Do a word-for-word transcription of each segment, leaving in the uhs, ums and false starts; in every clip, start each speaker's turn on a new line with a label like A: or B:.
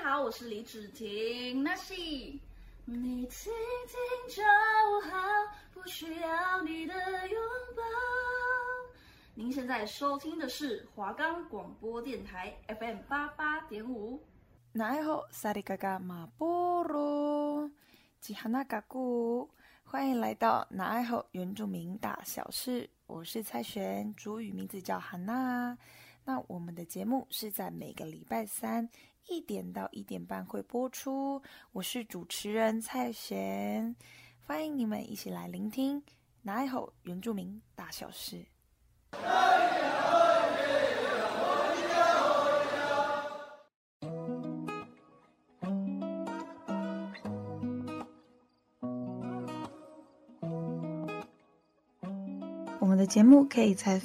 A: 好，我是李芷婷，那是你听听就好，不需要你的拥抱。您现在收听的是华冈广播电台 F M 八八点五。
B: 那爱好萨利嘎嘎马波罗吉哈纳嘎古，欢迎来到那爱好原住民大小事，我是蔡璇，主语名字叫哈娜。那我们的节目是在每个礼拜三一点到一点半会播出，我是主持人蔡璇，欢迎你们一起来聆听那爱好原住民大小事。我们的节目可以在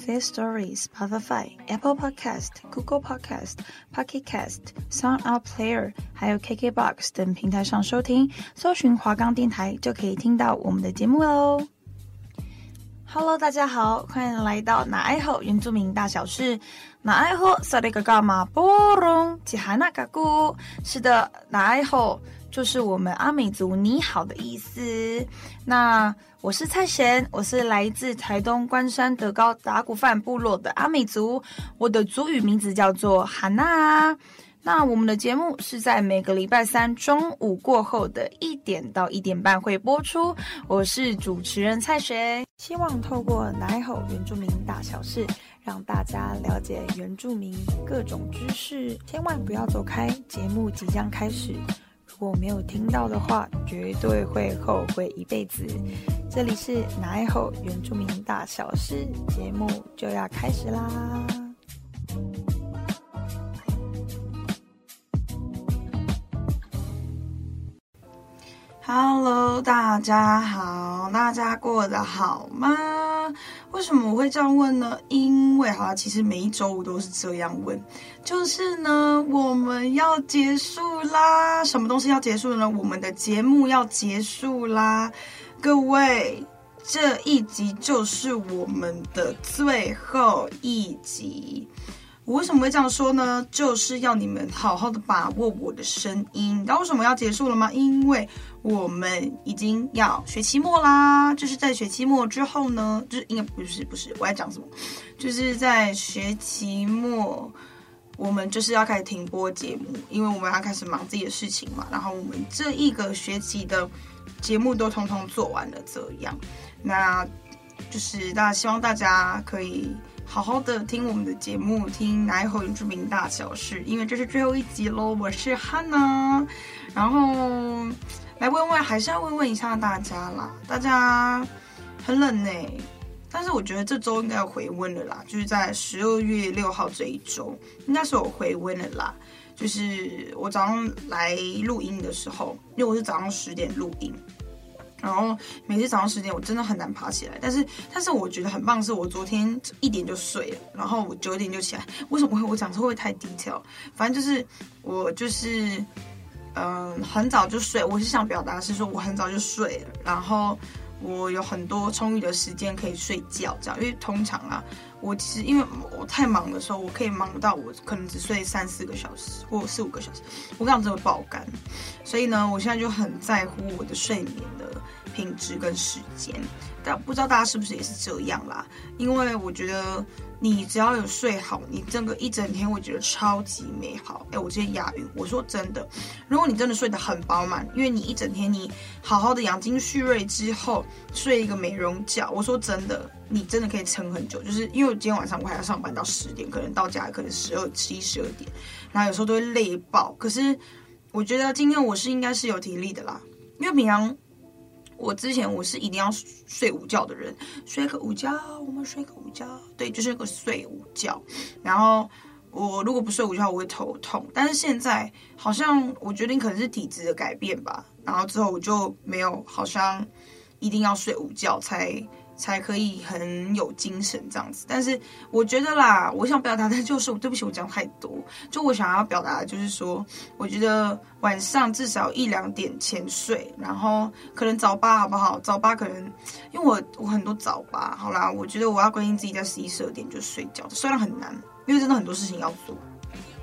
B: Firstory、Spotify、Apple Podcast、Google Podcast、Pocket Cast、SoundOut Player 还有 K K B O X 等平台上收听，搜寻华冈电台就可以听到我们的节目喽。Hello， 大家好，欢迎来到那爱好原住民大小事。那爱好萨利嘎嘎马波隆吉哈纳嘎古，是的，那爱好就是我们阿美族你好的意思。那我是蔡贤，我是来自台东关山德高达古范部落的阿美族，我的族语名字叫做哈娜。那我们的节目是在每个礼拜三中午过后的一点到一点半会播出，我是主持人蔡璇，希望透过奶吼原住民大小事，让大家了解原住民各种知识，千万不要走开，节目即将开始，如果没有听到的话，绝对会后悔一辈子。这里是奶吼原住民大小事，节目就要开始啦。Hello， 大家好，大家过得好吗？为什么我会这样问呢？因为好，其实每一周我都是这样问，就是呢，我们要结束啦，什么东西要结束呢？我们的节目要结束啦，各位，这一集就是我们的最后一集。我为什么会这样说呢？就是要你们好好的把握我的声音。你知道为什么要结束了吗？因为我们已经要学期末啦，就是在学期末之后呢，就是应该不是不是，我在讲什么？就是在学期末，我们就是要开始停播节目，因为我们要开始忙自己的事情嘛。然后我们这一个学期的节目都通通做完了，这样，那就是大家希望大家可以好好的听我们的节目，听奶吼原住民大小事，因为这是最后一集咯。我是汉娜，然后来问问，还是要问问一下大家啦。大家很冷呢，但是我觉得这周应该有回温了啦，就是在十二月六号这一周，应该是有回温了啦。就是我早上来录音的时候，因为我是早上十点录音。然后每次早上十点我真的很难爬起来，但是但是我觉得很棒，是我昨天一点就睡了，然后我九点就起来。为什么会我讲说会太低调？反正就是我就是嗯、呃、很早就睡，我是想表达是说我很早就睡了，然后我有很多充裕的时间可以睡觉，这样。因为通常啊，我其实因为我太忙的时候，我可以忙到我可能只睡三四个小时或四五个小时，我跟你讲真的爆肝。所以呢，我现在就很在乎我的睡眠的品质跟时间，但不知道大家是不是也是这样啦？因为我觉得你只要有睡好，你整个一整天我觉得超级美好。哎，我今天押韵，我说真的，如果你真的睡得很饱满，因为你一整天你好好的养精蓄锐之后睡一个美容觉，我说真的，你真的可以撑很久。就是因为今天晚上我还要上班到十点，可能到家可能十二、十一、十二点，然后有时候都会累爆。可是我觉得今天我是应该是有体力的啦，因为平常我之前我是一定要睡午觉的人，睡个午觉，我们睡个午觉，对，就是个睡午觉。然后我如果不睡午觉，我会头痛。但是现在好像我决定可能是体质的改变吧，然后之后我就没有好像一定要睡午觉才才可以很有精神这样子。但是我觉得啦，我想表达的就是，对不起，我讲太多。就我想要表达的就是说，我觉得晚上至少一两点前睡，然后可能早八好不好？早八可能因为我我很多早八，好啦，我觉得我要规定自己在十一、十二点就睡觉，虽然很难，因为真的很多事情要做。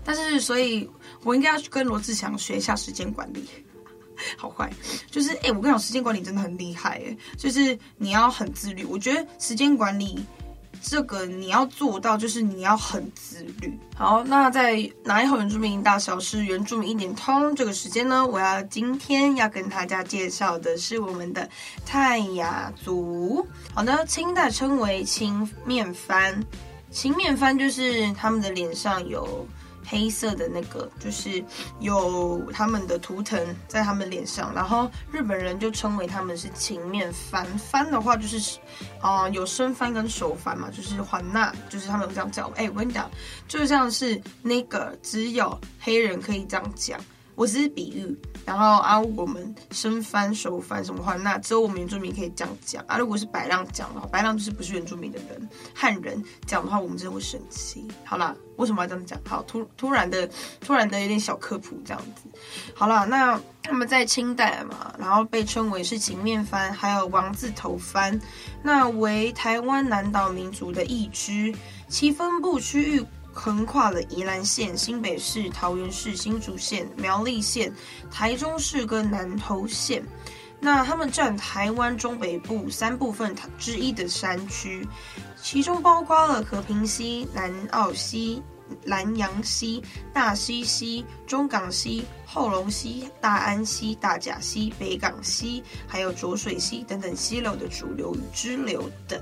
B: 但是所以我应该要去跟罗志祥学一下时间管理。好坏，就是哎、欸，我跟你讲，时间管理真的很厉害哎，就是你要很自律。我觉得时间管理这个你要做到，就是你要很自律。好，那在哪一号原住民大小事原住民一点通这个时间呢，我要今天要跟大家介绍的是我们的泰雅族。好的，清代称为青面番，青面番就是他们的脸上有黑色的那个，就是有他们的图腾在他们脸上，然后日本人就称为他们是青面番。番的话就是，呃，有身番跟手番嘛，就是环纳，就是他们有这样叫。哎、欸，我跟你讲，就像是那个只有黑人可以这样讲，我只是比喻。然后啊，我们身番、手番什么话，那只有我们原住民可以这样讲啊。如果是白浪讲的话，白浪就是不是原住民的人，汉人讲的话，我们真的会生气。好啦，为什么要这样讲？好，突突然的，突然的有点小科普这样子。好啦，那他们在清代嘛，然后被称为是青面番，还有王字头番，那为台湾南岛民族的一支，其分布区域横跨了宜兰县、新北市、桃园市、新竹县、苗栗县、台中市跟南投县。那他们占台湾中北部三部分之一的山区，其中包括了和平溪、南澳溪、南洋溪、大溪溪、中港溪、后龙溪、大安溪、大甲溪、北港溪，还有浊水溪等等溪流的主流与支流等。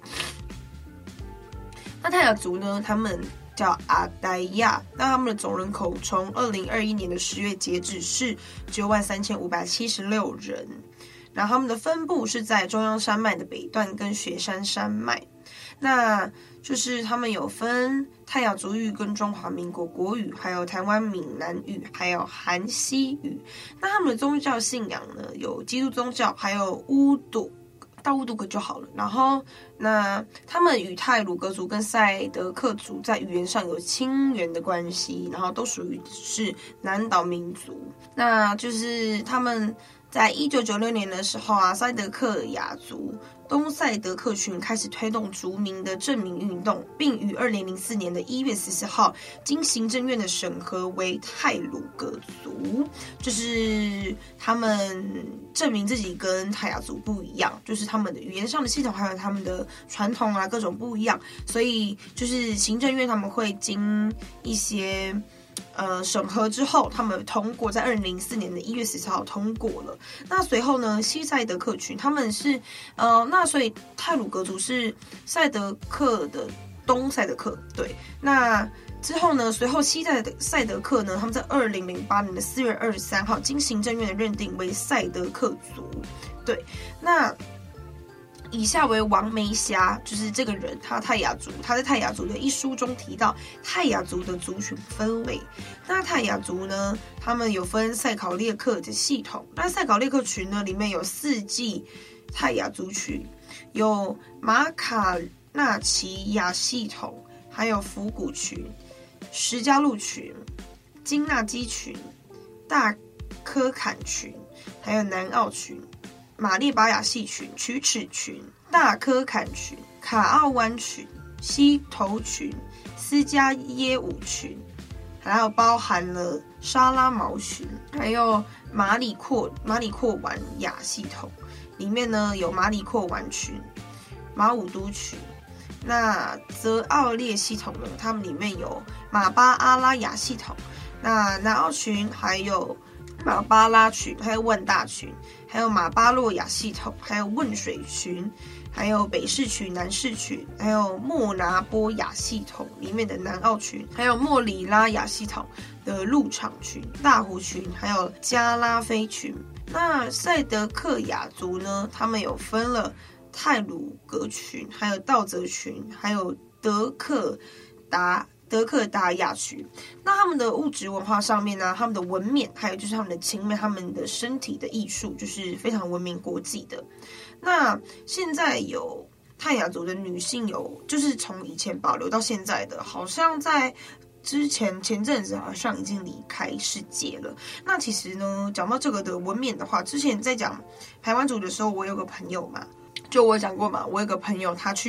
B: 那泰雅族呢，他们叫阿呆亚，那他们的总人口从二零二一年的十月截止是九万三千五百七十六人，然后他们的分布是在中央山脉的北段跟雪山山脉，那就是他们有分泰雅族语跟中华民国国语，还有台湾闽南语，还有韩西语。那他们的宗教信仰呢，有基督宗教，还有巫毒。到乌杜克就好了。然后，那他们与太鲁阁族跟赛德克族在语言上有亲缘的关系，然后都属于是南岛民族。那就是他们在一九九六年的时候啊，赛德克雅族东赛德克群开始推动族民的正名运动，并于二零零四年的一月十四号经行政院的审核为太鲁阁族，就是他们证明自己跟泰雅族不一样，就是他们的语言上的系统还有他们的传统啊各种不一样，所以就是行政院他们会经一些呃，审核之后，他们通过，在二零零四年的一月十四号通过了。那随后呢，西赛德克群他们是呃，那所以太鲁阁族是赛德克的东赛德克，对。那之后呢，随后西赛德赛德克呢，他们在二零零八年的四月二十三号，经行政院的认定为赛德克族，对。那以下为王梅霞，就是这个人，他泰雅族，他在泰雅族的一书中提到泰雅族的族群分类。那泰雅族呢，他们有分塞考列克的系统。那塞考列克群呢，里面有四季泰雅族群，有马卡纳奇亚系统，还有伏古群、石加路群、金纳基群、大科坎群，还有南澳群。马列巴雅系群、曲尺群、大科坎群、卡奥湾群、西头群、斯加耶舞群，还有包含了沙拉毛群，还有马里阔马里阔湾雅系统，里面呢有马里阔湾群、马武都群。那泽奥列系统呢，他们里面有马巴阿拉雅系统，那南澳群还有马巴拉群，还有万大群，还有马巴洛雅系统，还有汶水群，还有北市群、南市群，还有莫拿波雅系统里面的南澳群，还有莫里拉雅系统的鹿场群、大湖群，还有加拉菲群。那赛德克雅族呢，他们有分了太鲁阁群，还有道泽群，还有德克达。德克达亚群，那他们的物质文化上面呢，他们的纹面，还有就是他们的情面，他们的身体的艺术，就是非常闻名国际的。那现在有泰雅族的女性有，就是从以前保留到现在的，好像在之前前阵子好像已经离开世界了。那其实呢，讲到这个的纹面的话，之前在讲排湾族的时候，我有个朋友嘛。就我讲过嘛，我有个朋友，他去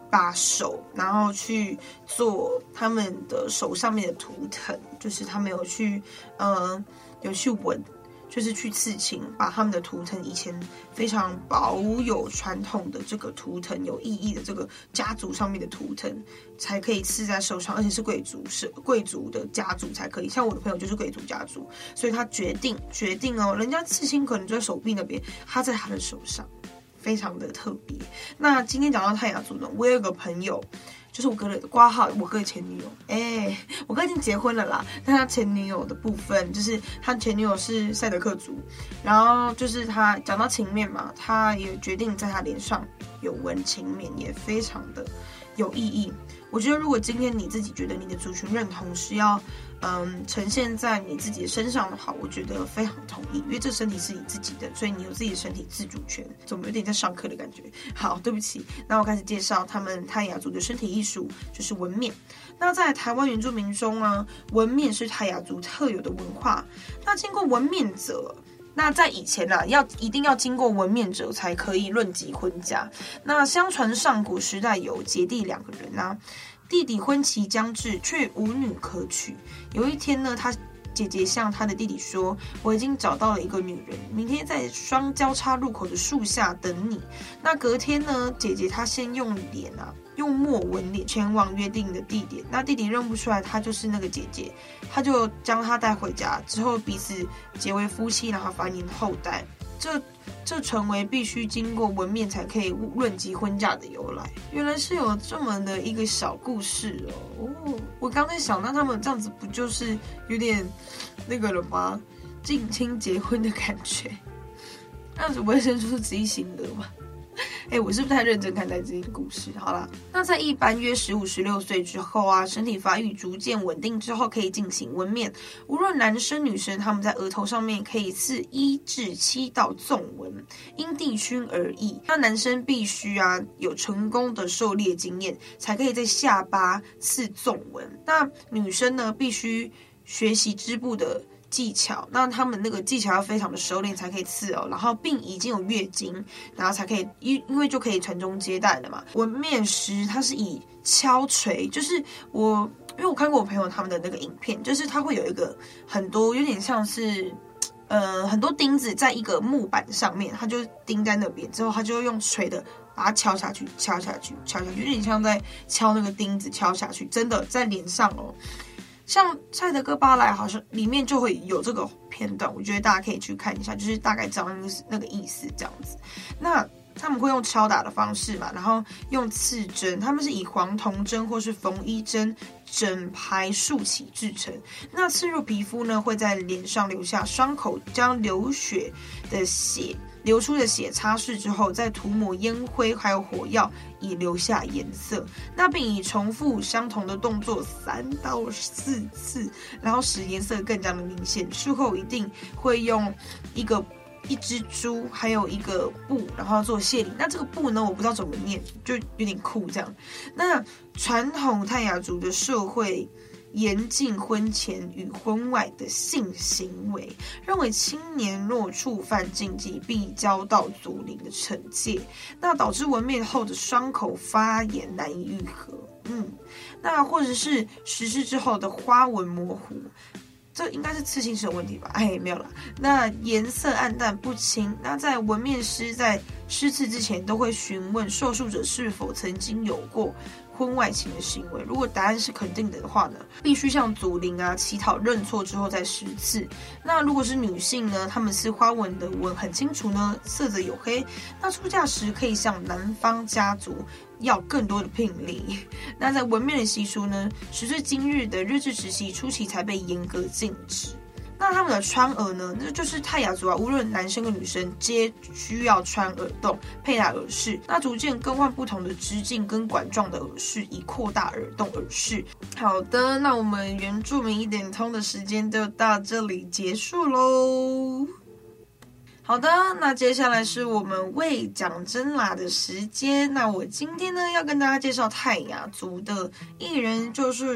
B: 把手，然后去做他们的手上面的图腾，就是他们有去，呃，有去纹，就是去刺青，把他们的图腾以前非常保有传统的这个图腾有意义的这个家族上面的图腾，才可以刺在手上，而且是贵族是贵族的家族才可以。像我的朋友就是贵族家族，所以他决定决定哦，人家刺青可能就在手臂那边，他在他的手上。非常的特别。那今天讲到泰雅族呢，我有一个朋友，就是我哥的挂号，我哥的前女友。哎、欸，我哥已经结婚了啦，但他前女友的部分，就是他前女友是赛德克族，然后就是他讲到情面嘛，他也决定在他脸上有纹情面，也非常的有意义。我觉得如果今天你自己觉得你的族群认同是要嗯呈现在你自己的身上的话，我觉得非常同意，因为这身体是你自己的，所以你有自己的身体自主权。怎么有点在上课的感觉？好，对不起。那我开始介绍他们泰雅族的身体艺术，就是纹面。那在台湾原住民中啊，纹面是泰雅族特有的文化。那经过纹面者。那在以前啊，要一定要经过纹面者才可以论及婚嫁。那相传上古时代有姐弟两个人啊，弟弟婚期将至，却无女可娶。有一天呢，他姐姐向他的弟弟说：“我已经找到了一个女人，明天在双交叉路口的树下等你。”那隔天呢，姐姐她先用脸啊。用墨纹脸前往约定的地点，那弟弟认不出来她就是那个姐姐，他就将她带回家，之后彼此结为夫妻，然后繁衍后代。这这成为必须经过纹面才可以论及婚嫁的由来。原来是有这么的一个小故事哦。哦，我刚才想，那他们这样子不就是有点那个了吗？近亲结婚的感觉，这样子不会生出自己心得吗？哎、欸，我是不是太认真看待这个故事？好啦，那在一般约十五、十六岁之后啊，身体发育逐渐稳定之后，可以进行纹面。无论男生女生，他们在额头上面可以刺一至七道纵纹，因地区而异。那男生必须啊有成功的狩猎经验，才可以在下巴刺纵纹。那女生呢，必须学习织布的技巧，那他们那个技巧要非常的熟练才可以刺哦，然后并已经有月经，然后才可以因因为就可以传宗接代了嘛。纹面师它是以敲锤，就是我因为我看过我朋友他们的那个影片，就是他会有一个很多有点像是呃很多钉子在一个木板上面，他就钉在那边之后，他就用锤的把它敲下去，敲下去，敲下去，有点像在敲那个钉子敲下去，真的在脸上哦。像赛德克巴莱好像里面就会有这个片段，我觉得大家可以去看一下，就是大概知道那个那个意思这样子。那他们会用敲打的方式嘛，然后用刺针，他们是以黄铜针或是缝衣针整排竖起制成。那刺入皮肤呢，会在脸上留下伤口，将流血的血流出的血擦拭之后，再涂抹烟灰还有火药，以留下颜色。那并以重复相同的动作三到四次，然后使颜色更加的明显。术后一定会用一个一只猪，还有一个布，然后做谢礼。那这个布呢，我不知道怎么念，就有点酷这样。那传统泰雅族的社会严禁婚前与婚外的性行为，认为青年若触犯禁忌，必遭到族灵的惩戒，那导致纹面后的伤口发炎难以愈合。嗯，那或者是实施之后的花纹模糊。这应该是刺青师的问题吧？哎，没有啦。那颜色暗淡不清。那在纹面师在施刺之前，都会询问受术者是否曾经有过婚外情的行为。如果答案是肯定的话呢，必须向祖灵啊乞讨认错之后再施刺。那如果是女性呢，她们刺花纹的纹很清楚呢，色泽黝黑。那出嫁时可以向男方家族要更多的聘礼。那在纹面的习俗呢，时至今日的日治时期初期才被严格禁止。那他们的穿耳呢，那就是泰雅族啊，无论男生跟女生皆需要穿耳洞，佩戴耳饰。那逐渐更换不同的直径跟管状的耳饰，以扩大耳洞耳饰。好的，那我们原住民一点通的时间就到这里结束喽。好的，那接下来是我们为讲真啦的时间。那我今天呢要跟大家介绍泰雅族的艺人，就是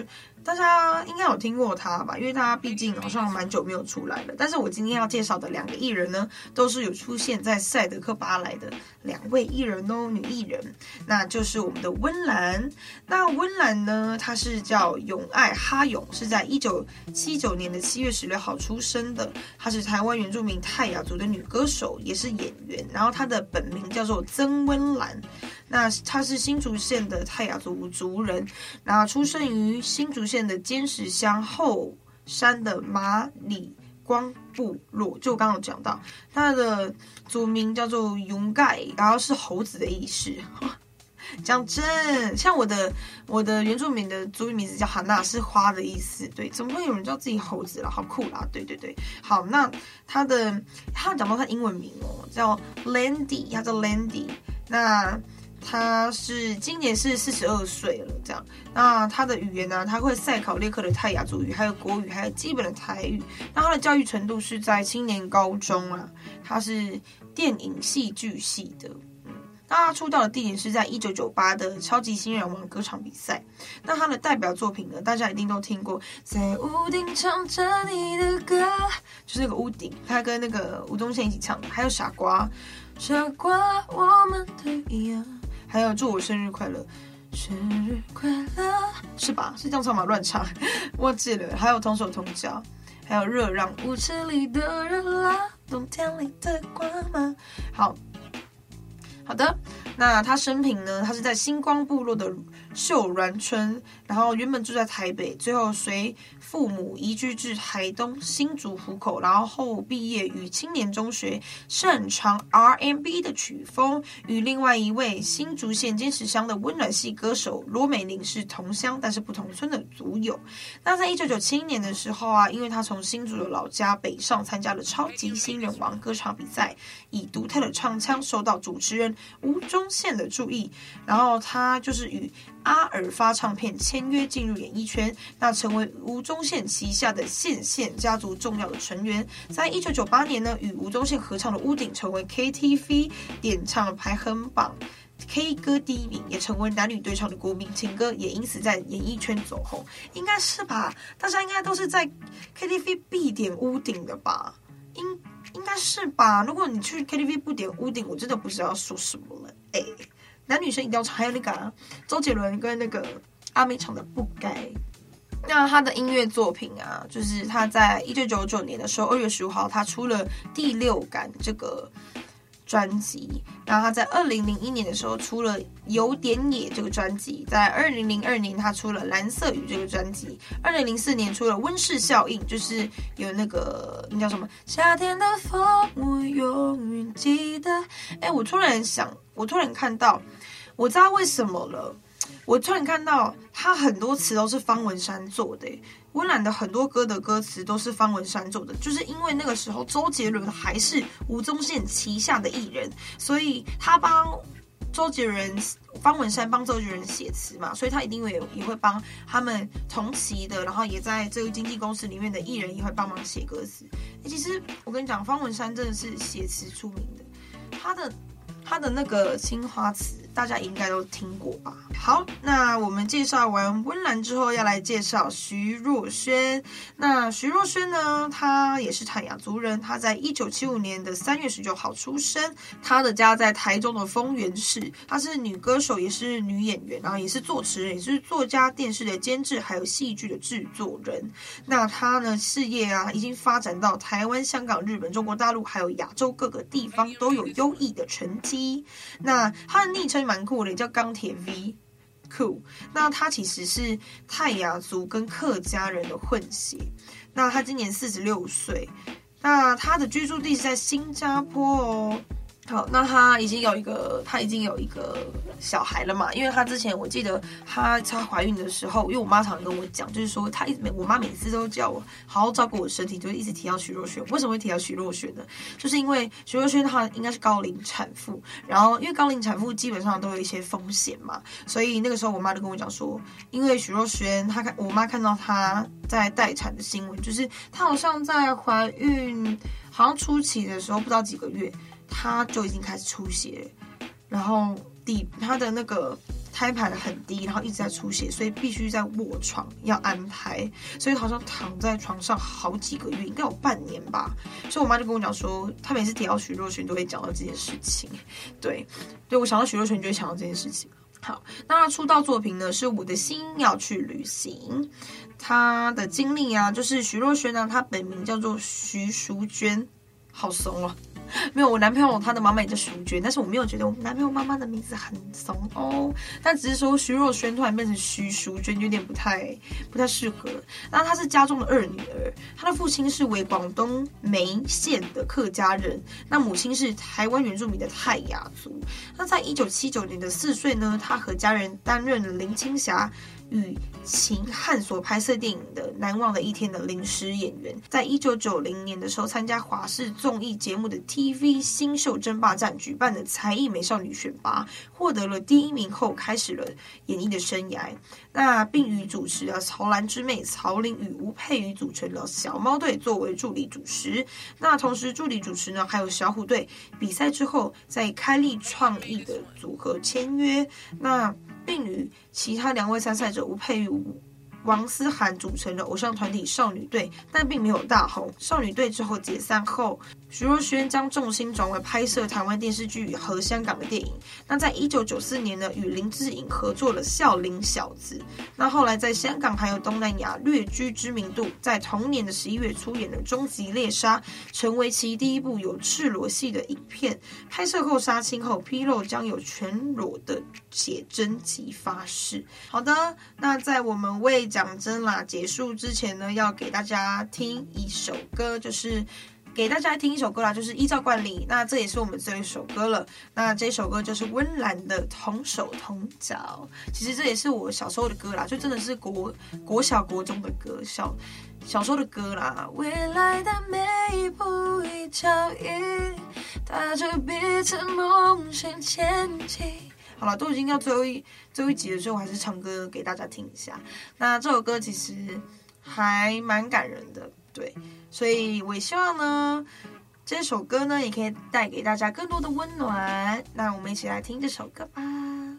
B: 大家应该有听过他吧，因为他毕竟好像蛮久没有出来了。但是我今天要介绍的两个艺人呢，都是有出现在赛德克巴莱的两位艺人哦，女艺人，那就是我们的温岚。那温岚呢，她是叫永爱哈永，是在一九七九年的七月十六号出生的。她是台湾原住民泰雅族的女歌手，也是演员。然后她的本名叫做曾温岚。那她是新竹县的泰雅族族人，然后出生于新竹县的尖石乡后山的马里光部落，就我刚刚有讲到，他的族名叫做勇盖，然后是猴子的意思。讲真，像我的我的原住民的族语名字叫哈娜，是花的意思。对，怎么会有人叫自己猴子了？好酷啦！对对对，好，那他的他讲到他英文名哦，叫 Landy， 他叫 Landy， 那。他是今年是四十二岁了，这样。那他的语言呢、啊？他会赛考列克的泰雅族语，还有国语，还有基本的台语。那他的教育程度是在青年高中啊，他是电影戏剧系的。嗯，那他出道的地点是在一九九八的超级新人王歌唱比赛。那他的代表作品呢，大家一定都听过，在屋顶唱着你的歌，就是那个屋顶，他跟那个吴宗宪一起唱的。还有傻瓜，傻瓜，我们都一样。还有祝我生日快乐，生日快乐，是吧？是这样唱吗？乱唱，忘记了。还有同手同脚，还有热让舞池里的人啦，冬天里的光芒。好。好的，那他生平呢？他是在星光部落的秀峦村，然后原本住在台北，最后随父母移居至台东新竹湖口，然后后毕业于青年中学，擅长 R and B 的曲风，与另外一位新竹县尖石乡的温暖系歌手罗美玲是同乡但是不同村的族友。那在一九九七年的时候啊，因为他从新竹的老家北上参加了超级新人王歌唱比赛，以独特的唱腔受到主持人吴宗宪的注意，然后他就是与阿尔发唱片签约进入演艺圈，那成为吴宗宪旗下的宪宪家族重要的成员。在一九九八年呢，与吴宗宪合唱的《屋顶》成为 K T V 点唱排行榜 K 歌第一名，也成为男女对唱的国民情歌，也因此在演艺圈走红。应该是吧？大家应该都是在 K T V 必点《屋顶》的吧？应应该是吧？如果你去 K T V 不点《屋顶》，我真的不知道要说什么了。哎，男女生一定要唱，还有那个、啊、周杰伦跟那个阿妹唱的《不该》。那他的音乐作品啊，就是他在一九九九年的时候，二月十五号，他出了《第六感》这个专辑。然后他在二零零一年的时候出了《有点野》这个专辑，在二零零二年他出了《蓝色雨》这个专辑，二零零四年出了《温室效应》，就是有那个那叫什么夏天的风，我永远记得。哎，我突然想，我突然看到，我知道为什么了。我突然看到他很多词都是方文山做的，温岚的很多歌的歌词都是方文山做的，就是因为那个时候周杰伦还是吴宗宪旗下的艺人，所以他帮周杰伦、方文山帮周杰伦写词嘛，所以他一定会也会帮他们同期的，然后也在这个经纪公司里面的艺人也会帮忙写歌词。其实我跟你讲，方文山真的是写词出名的，他的他的那个青花瓷大家应该都听过吧。好，那我们介绍完温岚之后，要来介绍徐若瑄。那徐若瑄呢，她也是泰雅族人，她在一九七五年的三月十九号出生，她的家在台中的丰原市。她是女歌手，也是女演员，然后也是作词人，也是作家、电视的监制，还有戏剧的制作人。那她呢，事业啊，已经发展到台湾、香港、日本、中国大陆，还有亚洲各个地方都有优异的成绩。那她的昵称蛮酷的，叫钢铁 V。酷，那他其实是泰雅族跟客家人的混血。那他今年四十六岁，那他的居住地是在新加坡哦。好，那他已经有一个，他已经有一个小孩了嘛？因为他之前我记得他她怀孕的时候，因为我妈常跟我讲，就是说她一我妈每次都叫我好好照顾我身体，就会一直提到徐若瑄。为什么会提到徐若瑄呢？就是因为徐若瑄她应该是高龄产妇，然后因为高龄产妇基本上都有一些风险嘛，所以那个时候我妈就跟我讲说，因为徐若瑄她看我妈看到她在待产的新闻，就是她好像在怀孕，好像初期的时候不知道几个月。他就已经开始出血了，然后底他的那个胎盘很低，然后一直在出血，所以必须在卧床要安胎，所以好像躺在床上好几个月，应该有半年吧。所以我妈就跟我讲说，她每次提到徐若瑄都会讲到这件事情。对，对我想到徐若瑄就会想到这件事情。好，那她出道作品呢是我的心要去旅行。她的经历啊，就是徐若瑄呢，她本名叫做徐淑娟，好怂哦。没有，我男朋友他的妈妈也叫淑娟，但是我没有觉得我男朋友妈妈的名字很怂哦，但只是说徐若瑄突然变成徐淑娟有点不太不太适合。那她是家中的二女儿，她的父亲是为广东梅县的客家人，那母亲是台湾原住民的泰雅族。那在一九七九年的四岁呢，她和家人担任了林青霞与秦汉所拍摄电影的《难忘的一天》的临时演员，在一九九零年的时候参加华视综艺节目的 T V 新秀争霸战举办的才艺美少女选拔，获得了第一名后，开始了演艺的生涯。那并与主持了曹兰之妹曹玲与吴佩瑜组成了小猫队作为助理主持。那同时助理主持呢还有小虎队。比赛之后，在开立创意的组合签约。那并与其他两位参赛者吴佩瑜、王思涵组成了偶像团体少女队，但并没有大红。少女队之后解散后，徐若瑄将重心转为拍摄台湾电视剧和香港的电影。那在一九九四年呢，与林志颖合作了《笑林小子》。那后来在香港还有东南亚略居知名度，在同年的十一月出演了《终极猎杀》，成为其第一部有赤裸戏的影片。拍摄后杀青后披露将有全裸的写真集发誓。好的，那在我们为讲真啦结束之前呢，要给大家听一首歌，就是给大家听一首歌啦，就是依照惯例，那这也是我们最后一首歌了。那这首歌就是温岚的《同手同脚》，其实这也是我小时候的歌啦，就真的是国国小国中的歌，小小时候的歌啦。未来的每一步一脚印，踏着彼此梦想前进。好了，都已经要最后一最后一集的时候，我还是唱歌给大家听一下。那这首歌其实还蛮感人的，对，所以我也希望呢，这首歌呢也可以带给大家更多的温暖。那我们一起来听这首歌吧。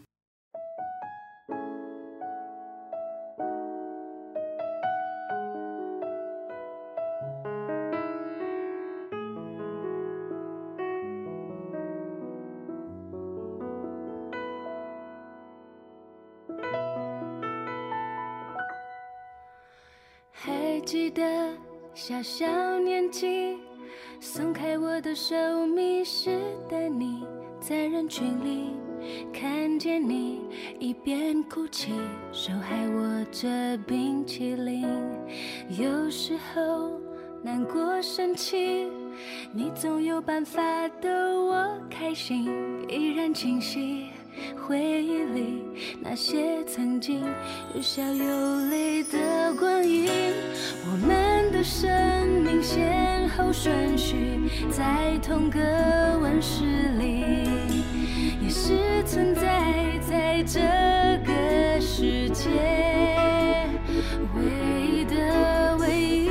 C: 还记得小小年纪，松开我的手，迷失的你，在人群里看见你，一边哭泣，手还握着冰淇淋。有时候难过生气，你总有办法逗我开心，依然清晰回忆里那些曾经有笑有泪的光阴。我们的生命先后顺序在同个温室里，也是存在在这个世界唯一的唯一。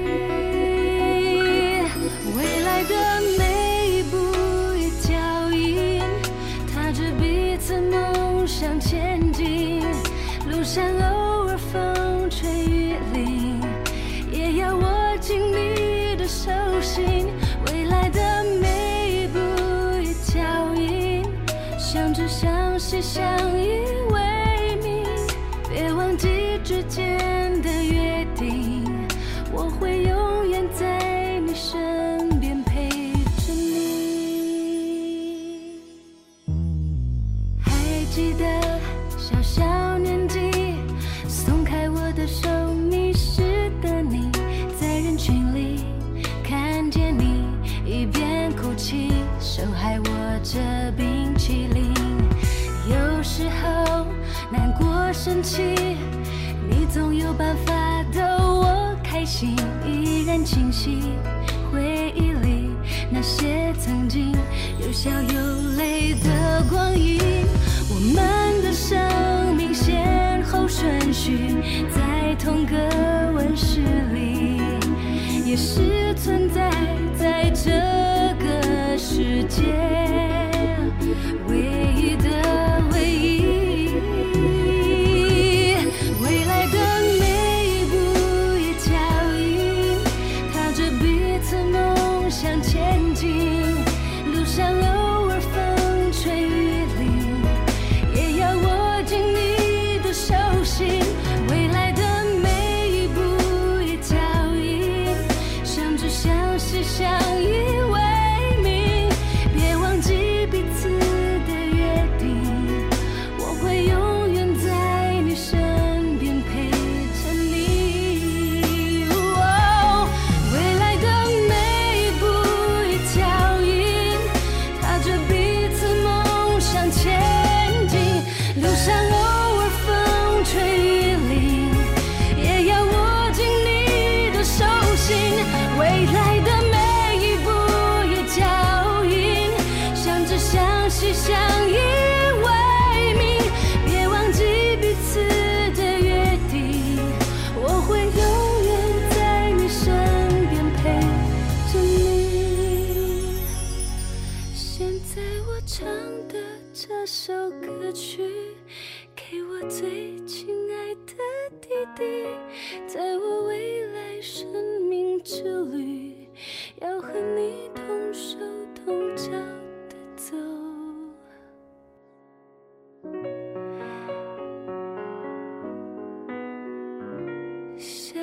C: 未来的每一步一脚印，踏着彼此梦想前进，路上偶尔风吹雨淋，也要握紧你的手心。未来的每一步一脚印，相知相惜相依为命，别忘记之间的约定，我会永远在你身边陪着你。还记得小小年纪，松开我的手，迷失的你，在人群里看见你，一边哭泣，手还握着冰淇淋。有时候难过生气，你总有办法逗我开心，依然清晰回忆里那些曾经有笑有泪的光阴。我们的生命先后顺序在同个温室里，也是存在在这个世界唯一的唯一。 梦想前进，路上偶尔风吹雨淋，也要握紧你的手心，未来的每一步一脚印，相知相惜相依为命，别忘记彼此的约定，我会永远在你身边陪着你。哦，未来的每一步一脚印，踏着彼此梦想前进，路上偶尔风吹雨淋，也要握紧你的手心，未来的每一步一脚印，相知相惜相依为命，别忘记彼此的约定，我会永远在你身边陪着你。现在我唱的这首歌曲，给我最亲爱的弟弟，在我未来生命之旅，要和你同手同脚的走下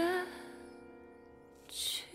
C: 去。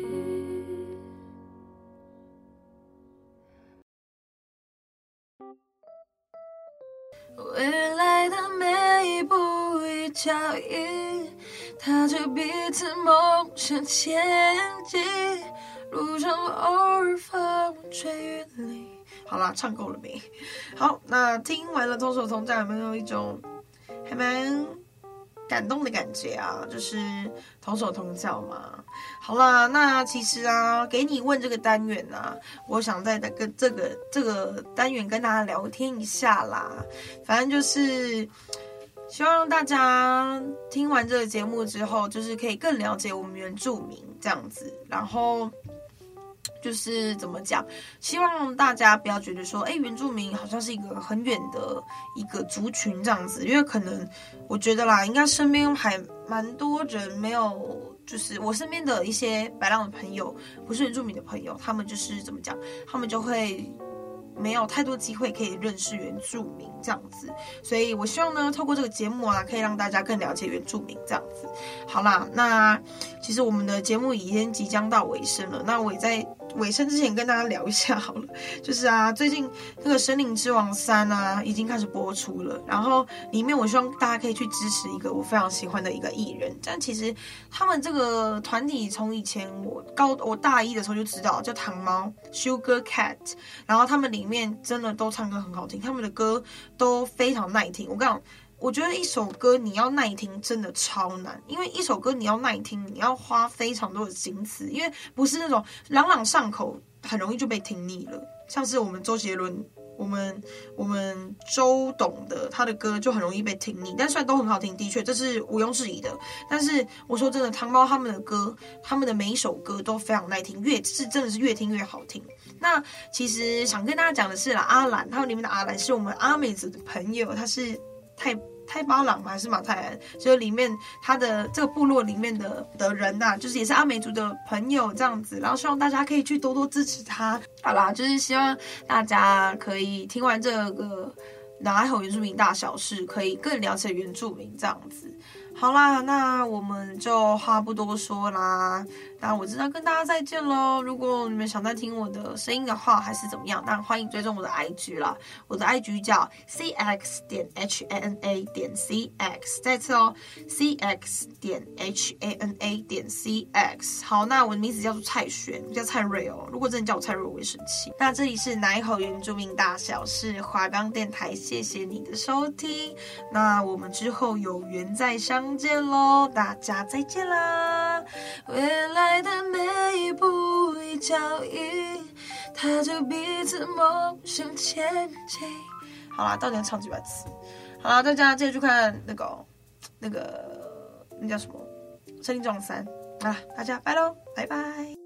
B: 未来的每一步一脚印，踏着彼此梦想前进，路上偶尔风吹雨淋。好啦，唱够了没？好，那听完了同手同脚，有没有一种还蛮感动的感觉啊？就是同手同脚嘛。好啦，那其实啊，给你问这个单元啊，我想在跟这个这个单元跟大家聊天一下啦。反正就是希望让大家听完这个节目之后，就是可以更了解我们原住民这样子，然后就是怎么讲，希望大家不要觉得说，哎，原住民好像是一个很远的一个族群这样子，因为可能我觉得啦，应该身边还蛮多人没有，就是我身边的一些白浪的朋友，不是原住民的朋友，他们就是怎么讲，他们就会没有太多机会可以认识原住民这样子，所以我希望呢，透过这个节目啊，可以让大家更了解原住民这样子。好啦，那其实我们的节目已经即将到尾声了，那我也在尾声之前跟大家聊一下好了，就是啊，最近那个《森林之王三》啊，已经开始播出了，然后里面我希望大家可以去支持一个我非常喜欢的一个艺人，但其实他们这个团体从以前我高我大一的时候就知道，叫糖猫 Sugar Cat， 然后他们里面真的都唱歌很好听，他们的歌都非常耐听。我跟你讲，我觉得一首歌你要耐听真的超难，因为一首歌你要耐听，你要花非常多的心思，因为不是那种朗朗上口，很容易就被听腻了。像是我们周杰伦，我们我们周董的他的歌就很容易被听腻，但虽然都很好听，的确这是毋庸置疑的。但是我说真的，糖猫他们的歌，他们的每一首歌都非常耐听，越是真的是越听越好听。那其实想跟大家讲的是啦，阿兰他们里面的阿兰是我们阿美族的朋友，他是泰泰巴朗吗？还是马泰安？就是里面他的这个部落里面的的人呐、啊，就是也是阿美族的朋友这样子。然后希望大家可以去多多支持他。好啦，就是希望大家可以听完这个南海原住民大小事，可以更了解原住民这样子。好啦，那我们就话不多说啦。那我知道跟大家再见咯。如果你们想再听我的声音的话，还是怎么样，那欢迎追踪我的 I G 啦。我的 I G 叫 C X 点 H A N A 点 C X， 再次哦 ，C X 点 H A N A 点 C X。好，那我的名字叫做蔡璇，叫蔡瑞哦。如果真的叫我蔡瑞，我会生气。那这里是南口原住民大小事华冈电台，谢谢你的收听。那我们之后有缘再相见咯，大家再见啦！未来的每一步一脚印，踏着彼此梦想前进。好啦，到底要唱几百次？好啦，大家记得去看那个那个那叫什么《森林之王三》啊！大家拜喽，拜拜。